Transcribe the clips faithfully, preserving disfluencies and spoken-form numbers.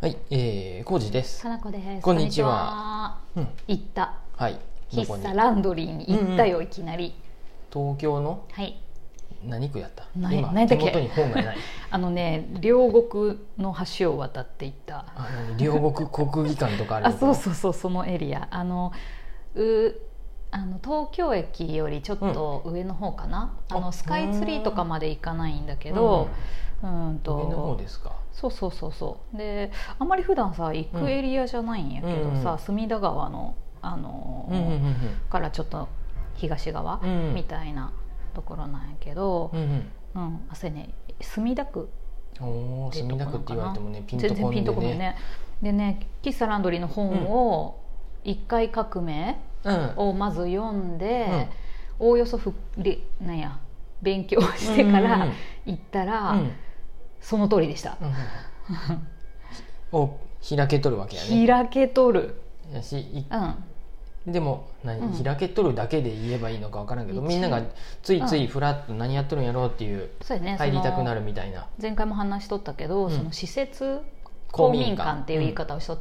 はい、えー、コウジです。 かなこです。 こんにちは。 こんにちは。うん、行った。 はい。 喫茶ランドリーに行ったよ、うんうん、いきなり。 東京の。 はい。 何区やった。 何今何だっけ。 手元に本がない。あのね、両国の橋を渡って行った。 あ、何両国国技館とかある。 あ、そうそうそう、そのエリア。あのう。あの東京駅よりちょっと上の方かな、うん、あのスカイツリーとかまで行かないんだけど、うん、うんと上の方ですか。 そうそうそうそうで、あんまり普段さ行くエリアじゃないんやけどさ、うん、隅田川の、あのーうんうんうん、からちょっと東側、うん、みたいなところなんやけど、うんうんうん、あそれね墨田区おー、墨田区って言われてもねピンとこんでね、全然ピンとこないね。 でね、喫茶ランドリーの本を一回革命をまず読んで、うん、おおよそふりなんや勉強してから行ったら、うんうん、その通りでした、 うん、を開けとるわけやね。 開けとるやし、うん、でも何、うん、開けとるだけで言えばいいのか分からんけど、みんながついついフラッと何やっとるんやろうっていう、うん、入りたくなるみたいな。 前回も話しとったけど、うん、その施設公民館っていう言い方をしとって、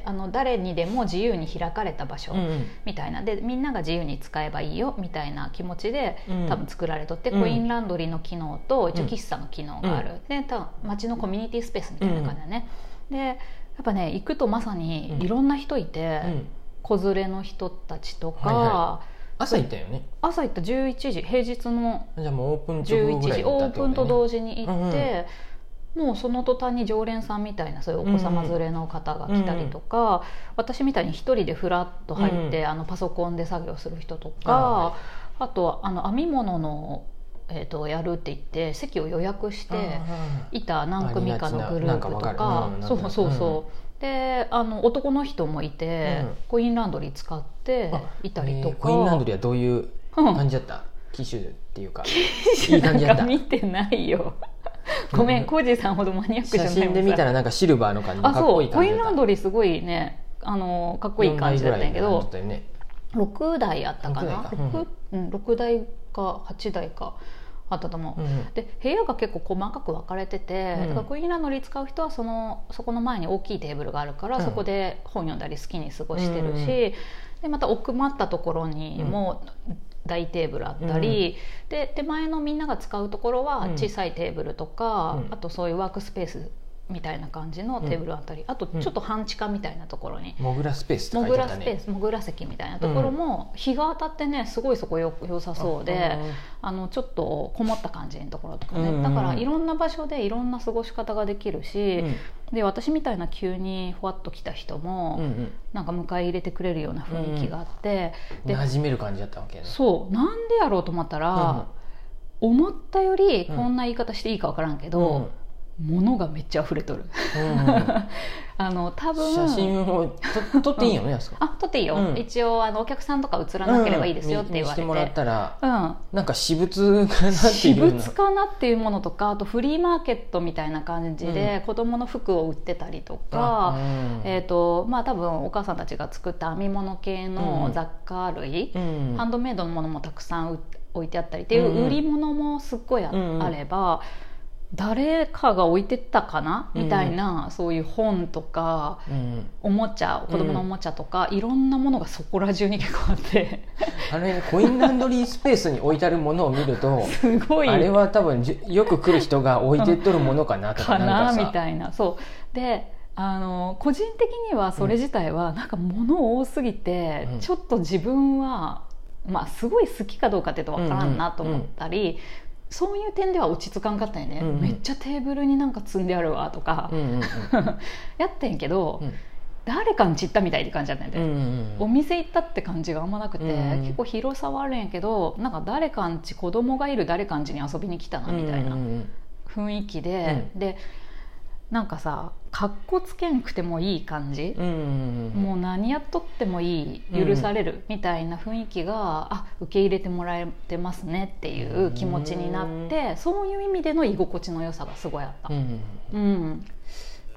うん、あの誰にでも自由に開かれた場所みたいな、うんうん、でみんなが自由に使えばいいよみたいな気持ちで、うん、多分作られとって、うん、コインランドリーの機能と一応喫茶の機能がある、うん、で多分街のコミュニティスペースみたいな感じだね、うん、でやっぱね行くとまさにいろんな人いて、うん、子連れの人たちとか、はいはい、 朝行ったよね。 朝行ったじゅういちじ、平日のじゃあもうオープン直後ぐらいに行ったってことね。 オープンと同時に行って、うんうん、もうその途端に常連さんみたいなそういうお子様連れの方が来たりとか、うんうん、私みたいに一人でフラッと入って、うん、あのパソコンで作業する人とか、はい、あとはあの編み物の、えー、とやるって言って席を予約していた何組かのグループとか、うん、そうそうそう、うん、であの男の人もいて、うん、コインランドリー使っていたりとか、 コインランドリーはどういう感じだった、うん、機種っていうか機種なんか見てないよごめん、コージーさんほどマニアックじゃないもん。 写真で見たらなんかシルバーの感じのかっこいい感じだった。 コインランドリーすごいね、あのかっこいい感じだったんやけど、ね、ろくだいあったかな、ろく、うん、ろくだいかはちだいかあったと思う、うん、で部屋が結構細かく分かれてて、うん、だからコインランドリー使う人はそのそこの前に大きいテーブルがあるから、うん、そこで本読んだり好きに過ごしてるし、うん、でまた奥まったところにも、うん、大テーブルあったり、うん、で手前のみんなが使うところは小さいテーブルとか、うん、あとそういうワークスペースみたいな感じのテーブルあったり、うん、あとちょっと半地下みたいなところに、 モグラスペースって書いてあったね。 モグラスペース、モグラ席みたいなところも、うん、日が当たってねすごいそこよ良さそうで、あのちょっとこもった感じのところとかね、うん、だからいろんな場所でいろんな過ごし方ができるし、うん、で私みたいな急にふわっと来た人も、うんうん、なんか迎え入れてくれるような雰囲気があって、 うん、で馴染める感じだったわけね。 そうなんでやろうと思ったら、うん、思ったよりこんな言い方していいか分からんけど、うん、物がめっちゃ溢れとる、うん、あの多分写真を撮っていいよね、うん、 あ撮っていいよ、うん、一応あのお客さんとか映らなければいいですよって言われて、うん、見してもらったら、うん、 なんか私物かなっていう私物かなっていうものとか、あとフリーマーケットみたいな感じで子供の服を売ってたりとか、うん、えーとまあ、多分お母さんたちが作った編み物系の雑貨類、うん、ハンドメイドのものもたくさん置いてあったりっていう売り物もすっごい あ,、うん、あれば、誰かが置いてったかなみたいな、うん、そういう本とか、うん、おもちゃ、子供のおもちゃとか、うん、いろんなものがそこら中に結構あってあれ、ね、コインランドリースペースに置いてあるものを見るとすごいあれは多分よく来る人が置いてっとるものかなとか、 かなんかさみたいな。そうで、あの個人的にはそれ自体はなんか物多すぎて、うん、ちょっと自分は、まあ、すごい好きかどうかっていうと分からんなと思ったり、うんうんうん、そういう点では落ち着かんかったよね、うんうん、めっちゃテーブルになんか積んであるわとか、うんうんうん、やってんけど、うん、誰かに散ったみたいって感じだったんで、うんうんうん、お店行ったって感じがあんまなくて、うんうん、結構広さはあるんやけど、なんか誰かんち、子供がいる誰かんちに遊びに来たなみたいな雰囲気で、うん、でなんかさ、かっこつけんくてもいい感じ、うんうんうん、もう何やっとってもいい、許されるみたいな雰囲気が、うん、あ、受け入れてもらえてますねっていう気持ちになって、うん、そういう意味での居心地の良さがすごいあった、うんうん、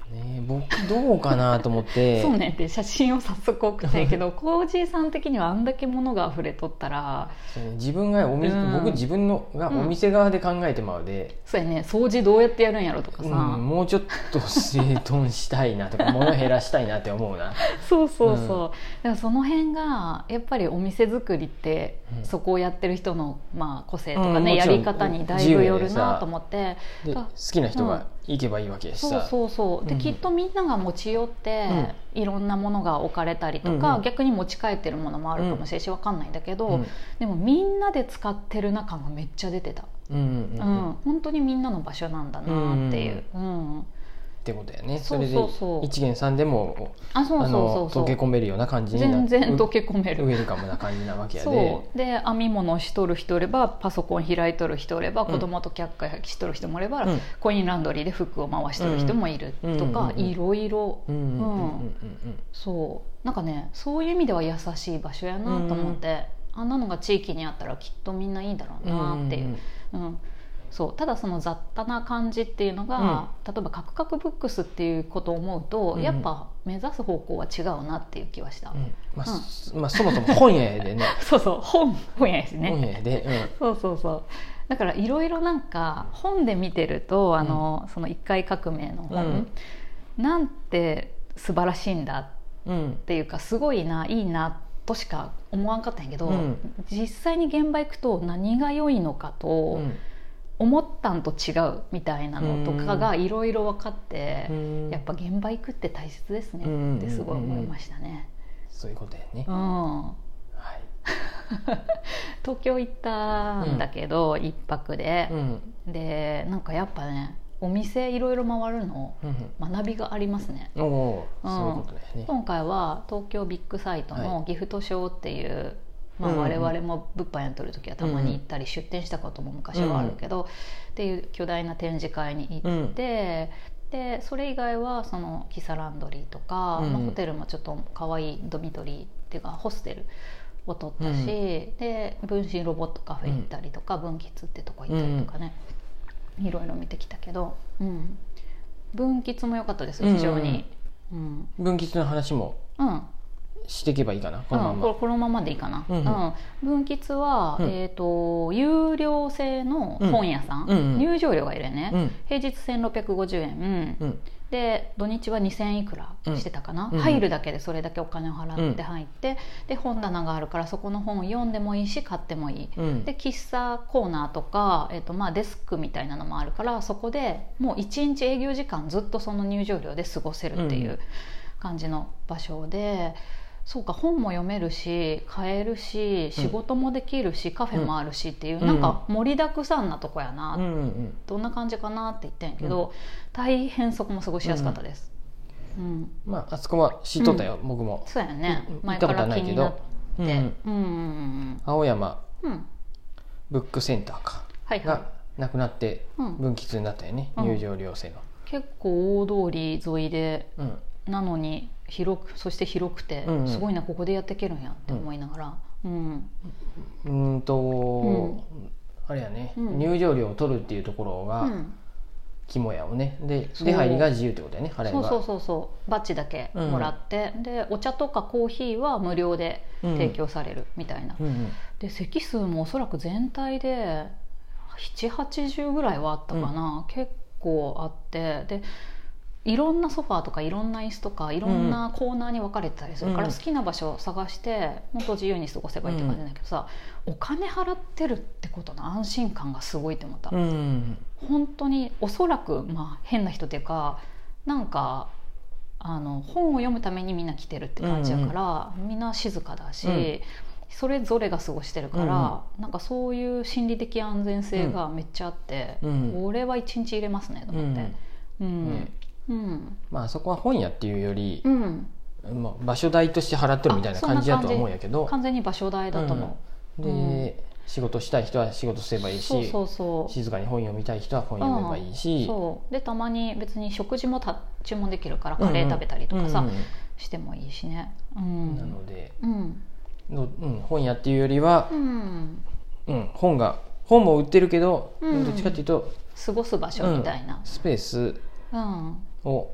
ね、僕どうかなと思ってそうねって写真を早速送ったんやけどコージーさん的にはあんだけ物が溢れとったらそう、ね、自分がお店、うん、僕自分のがお店側で考えてまうで、うん、 そうやね掃除どうやってやるんやろとかさ、 うん、もうちょっと整頓したいなとか物減らしたいなって思うなそうそうそう、うん、だからその辺がやっぱりお店作りって、うん、そこをやってる人の、まあ、個性とかね、うん、やり方にだいぶよるなと思ってで好きな人が行けばいいわけやしさ、 そうそうそうで、うん、きっとみんなが持ち寄って、うん、いろんなものが置かれたりとか、うんうん、逆に持ち帰ってるものもあるかもしれないし分かんないんだけど、うん、でもみんなで使ってる中がめっちゃ出てた、うんうんうんうん、本当にみんなの場所なんだなっていう、うんうんってことやね。それで一元さんでも溶け込めるような感じに全然溶け込めるウェルカムな感じなわけやで、 そうで編み物をしとる人おればパソコン開いとる人おれば、うん、子供と客会しとる人もおれば、うん、コインランドリーで服を回しとる人もいるとか、うん、いろいろそうなんかねそういう意味では優しい場所やなと思って、うん、あんなのが地域にあったらきっとみんないいんだろうなっていう、うんうんうんそうただその雑多な感じっていうのが、うん、例えばカクカクブックスっていうことを思うと、うん、やっぱ目指す方向は違うなっていう気はした、うんまあうんまあ、そもそも本屋でねそうそう 本, 本屋ですね本屋で、 うん、そうそうそうだからいろいろなんか本で見てるとあの、うん、その一回革命の本、うん、なんて素晴らしいんだっていうかすごいないいなとしか思わんかったんやけど、うん、実際に現場行くと何が良いのかと、うん思ったんと違うみたいなのとかがいろいろ分かってやっぱ現場行くって大切ですねってすごい思いましたね。 そういうことやね、 うんはい、東京行ったんだけど、うん、一泊で、うん、でなんかやっぱねお店いろいろ回るの、うん、学びがありますね。 おお、うん、そういうことだよね。 今回は東京ビッグサイトのギフトショーっていう、はいまあ、我々も物販やっとる時はたまに行ったり出店したことも昔はあるけど、うん、っていう巨大な展示会に行って、うん、でそれ以外はそのキサランドリーとか、うんまあ、ホテルもちょっと可愛いドミトリーっていうかホステルを取ったし、うん、で分身ロボットカフェ行ったりとか、うん、分吉ってとこ行ったりとかね、いろいろ見てきたけど、うん、分吉も良かったです非常に、 うんうん、分吉の話も、 うんしていけばいいかなこのまま、 うん、このままでいいかな、うんうん、分吉は、うんえー、と有料制の本屋さん、うんうん、入場料がいるよね、うん、平日せんろっぴゃくごじゅうえん、うん、で土日はにせんいくらしてたかな、うん、入るだけでそれだけお金を払って入って、うん、で本棚があるからそこの本を読んでもいいし買ってもいい、うん、で喫茶コーナーとか、えーとまあ、デスクみたいなのもあるからそこでもういちにち営業時間ずっとその入場料で過ごせるっていう感じの場所で、そうか本も読めるし買えるし仕事もできるし、うん、カフェもあるしっていう、うん、なんか盛りだくさんなとこやな、うんうん、どんな感じかなって言ってんやけど、うん、大変そこも過ごしやすかったです、うんうん、 まああそこは知っとったよ、うん、僕もそうやね前から気になって、うんうんうん、 青山、うん、ブックセンターか、はいはい、がなくなって分吉になったよね、うん、入場料制の、 結構大通り沿いで、うんなのに広くそして広くて、うんうん、すごいなここでやっていけるんやって思いながら、うんうん、うんと、うん、あれやね、うん、入場料を取るっていうところが肝やをねで出入りが自由ってことやね払えばそうそうそうそうバッジだけもらって、うん、でお茶とかコーヒーは無料で提供されるみたいな、うんうん、で席数もおそらく全体でななじゅうはちじゅうぐらいはあったかな、うん、結構あってでいろんなソファーとかいろんな椅子とかいろんなコーナーに分かれてたりするから、うん、好きな場所を探して本当自由に過ごせばいいって感じだけどさ、うん、お金払ってるってことの安心感がすごいって思った、うん、本当におそらく、まあ、変な人っていうかなんかあの本を読むためにみんな来てるって感じだから、うん、みんな静かだし、うん、それぞれが過ごしてるから、うん、なんかそういう心理的安全性がめっちゃあって、うん、俺はいちにち入れますねと思って、うんうんねうん、 まあそこは本屋っていうより、うんまあ、場所代として払ってるみたいな感じだとは思うんやけど完全に場所代だと思う、 うん、で、うん、仕事したい人は仕事すればいいしそうそうそう静かに本読みたい人は本読めばいいし、 うん、そうでたまに別に食事もた注文できるからカレー食べたりとかさ、うんうん、してもいいしね、うん、 なので、うんのうん、本屋っていうよりは、うんうん、本が本も売ってるけど、うん、どっちかっていうと過ごす場所みたいな、 うん、スペースを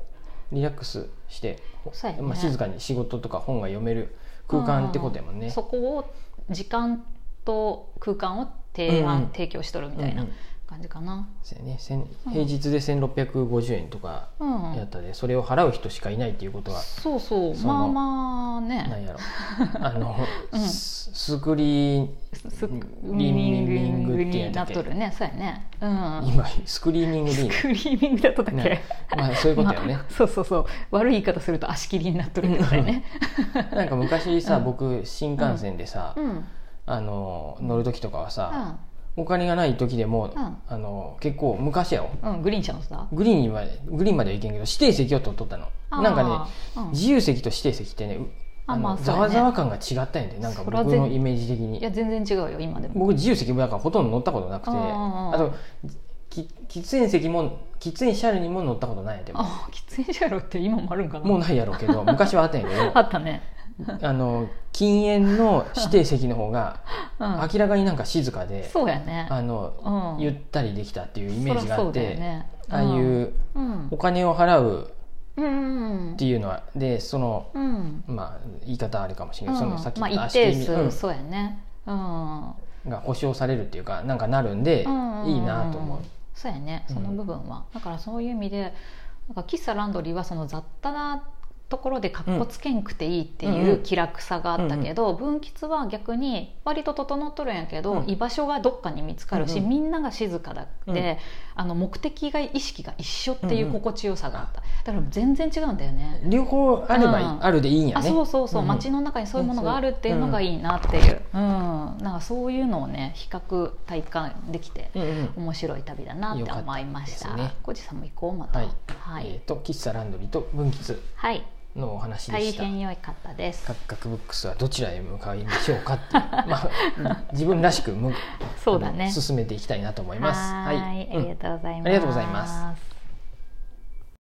リラックスして、 ね、 まあ、静かに仕事とか本が読める空間ってことやもんね、 うん、そこを時間と空間を提案、うんうん、提供しとるみたいな感じかな、 そうやね、平日でせんろっぴゃくごじゅうえんとかやったで、うん、それを払う人しかいないっていうことは、 そうそう、まあまあね、 なんやろあの、うん、スクリーニングっていうんだっけ、なっとるね、そうやね、うん、今スクリーニングでいいの、 スクリーニングだっただっけ、ね、 まあ、そういうことよね、まあ、 そうそうそう、悪い言い方すると足切りになっとるみたいねなんか昔さ、うん、僕新幹線でさ、うん、あの乗る時とかはさ、うん、お金がない時でも、うん、あの結構昔やろ、 うん、グリーン車のさグリーンまでグリーンまでは行けんけど指定席を取っとったの。なんかね、うん、自由席と指定席ってね、あの、まあね、ざわざわ感が違ったんやで、なんか僕のイメージ的に。 いや全然違うよ今でも。 僕自由席もだからほとんど乗ったことなくて、あとき喫煙席も喫煙車両にも乗ったことないやでも。 あ、喫煙車両って今もあるんかな。 もうないやろうけど昔はあったんやけどあったねあの禁煙の指定席の方が明らかになんか静かで、 そうやね、 あの、うん、ゆったりできたっていうイメージがあって、 ね、 ああいうお金を払うっていうのはで、その、うん、まあ言い方あれかもしれない、うん、そのさっき言った足切り、 まあ、一定数、そうやね、うん、 が保証されるっていうか、なんかなるんで、うん、いいなと思う。 そうやね、その部分は、うん、だからそういう意味でなんか喫茶ランドリーはその雑多なところでかっこつけんくていいっていう気楽さがあったけど、うんうん、分吉は逆に割と整っとるんやけど、うん、居場所がどっかに見つかるし、うんうん、みんなが静かだって、うん、あの目的が意識が一緒っていう心地よさがあった、うんうん、だから全然違うんだよね。 両方あればいい、うん、あるでいいんやね。 あ、そうそうそう、うん、街の中にそういうものがあるっていうのがいいなっていう、うん、なんかそういうのをね比較体感できて、うんうん、面白い旅だなって思いました。小路さんも行こうまた。はい、 はい、えー、と喫茶ランドリーと分吉、はいのお話でした。 大変良かったです。 カクカクブックスはどちらへ向かいましょうかっていう、まあ、自分らしくむそうだね、 進めていきたいなと思います。 はい、はい、ありがとうございます。 ありがとうございます。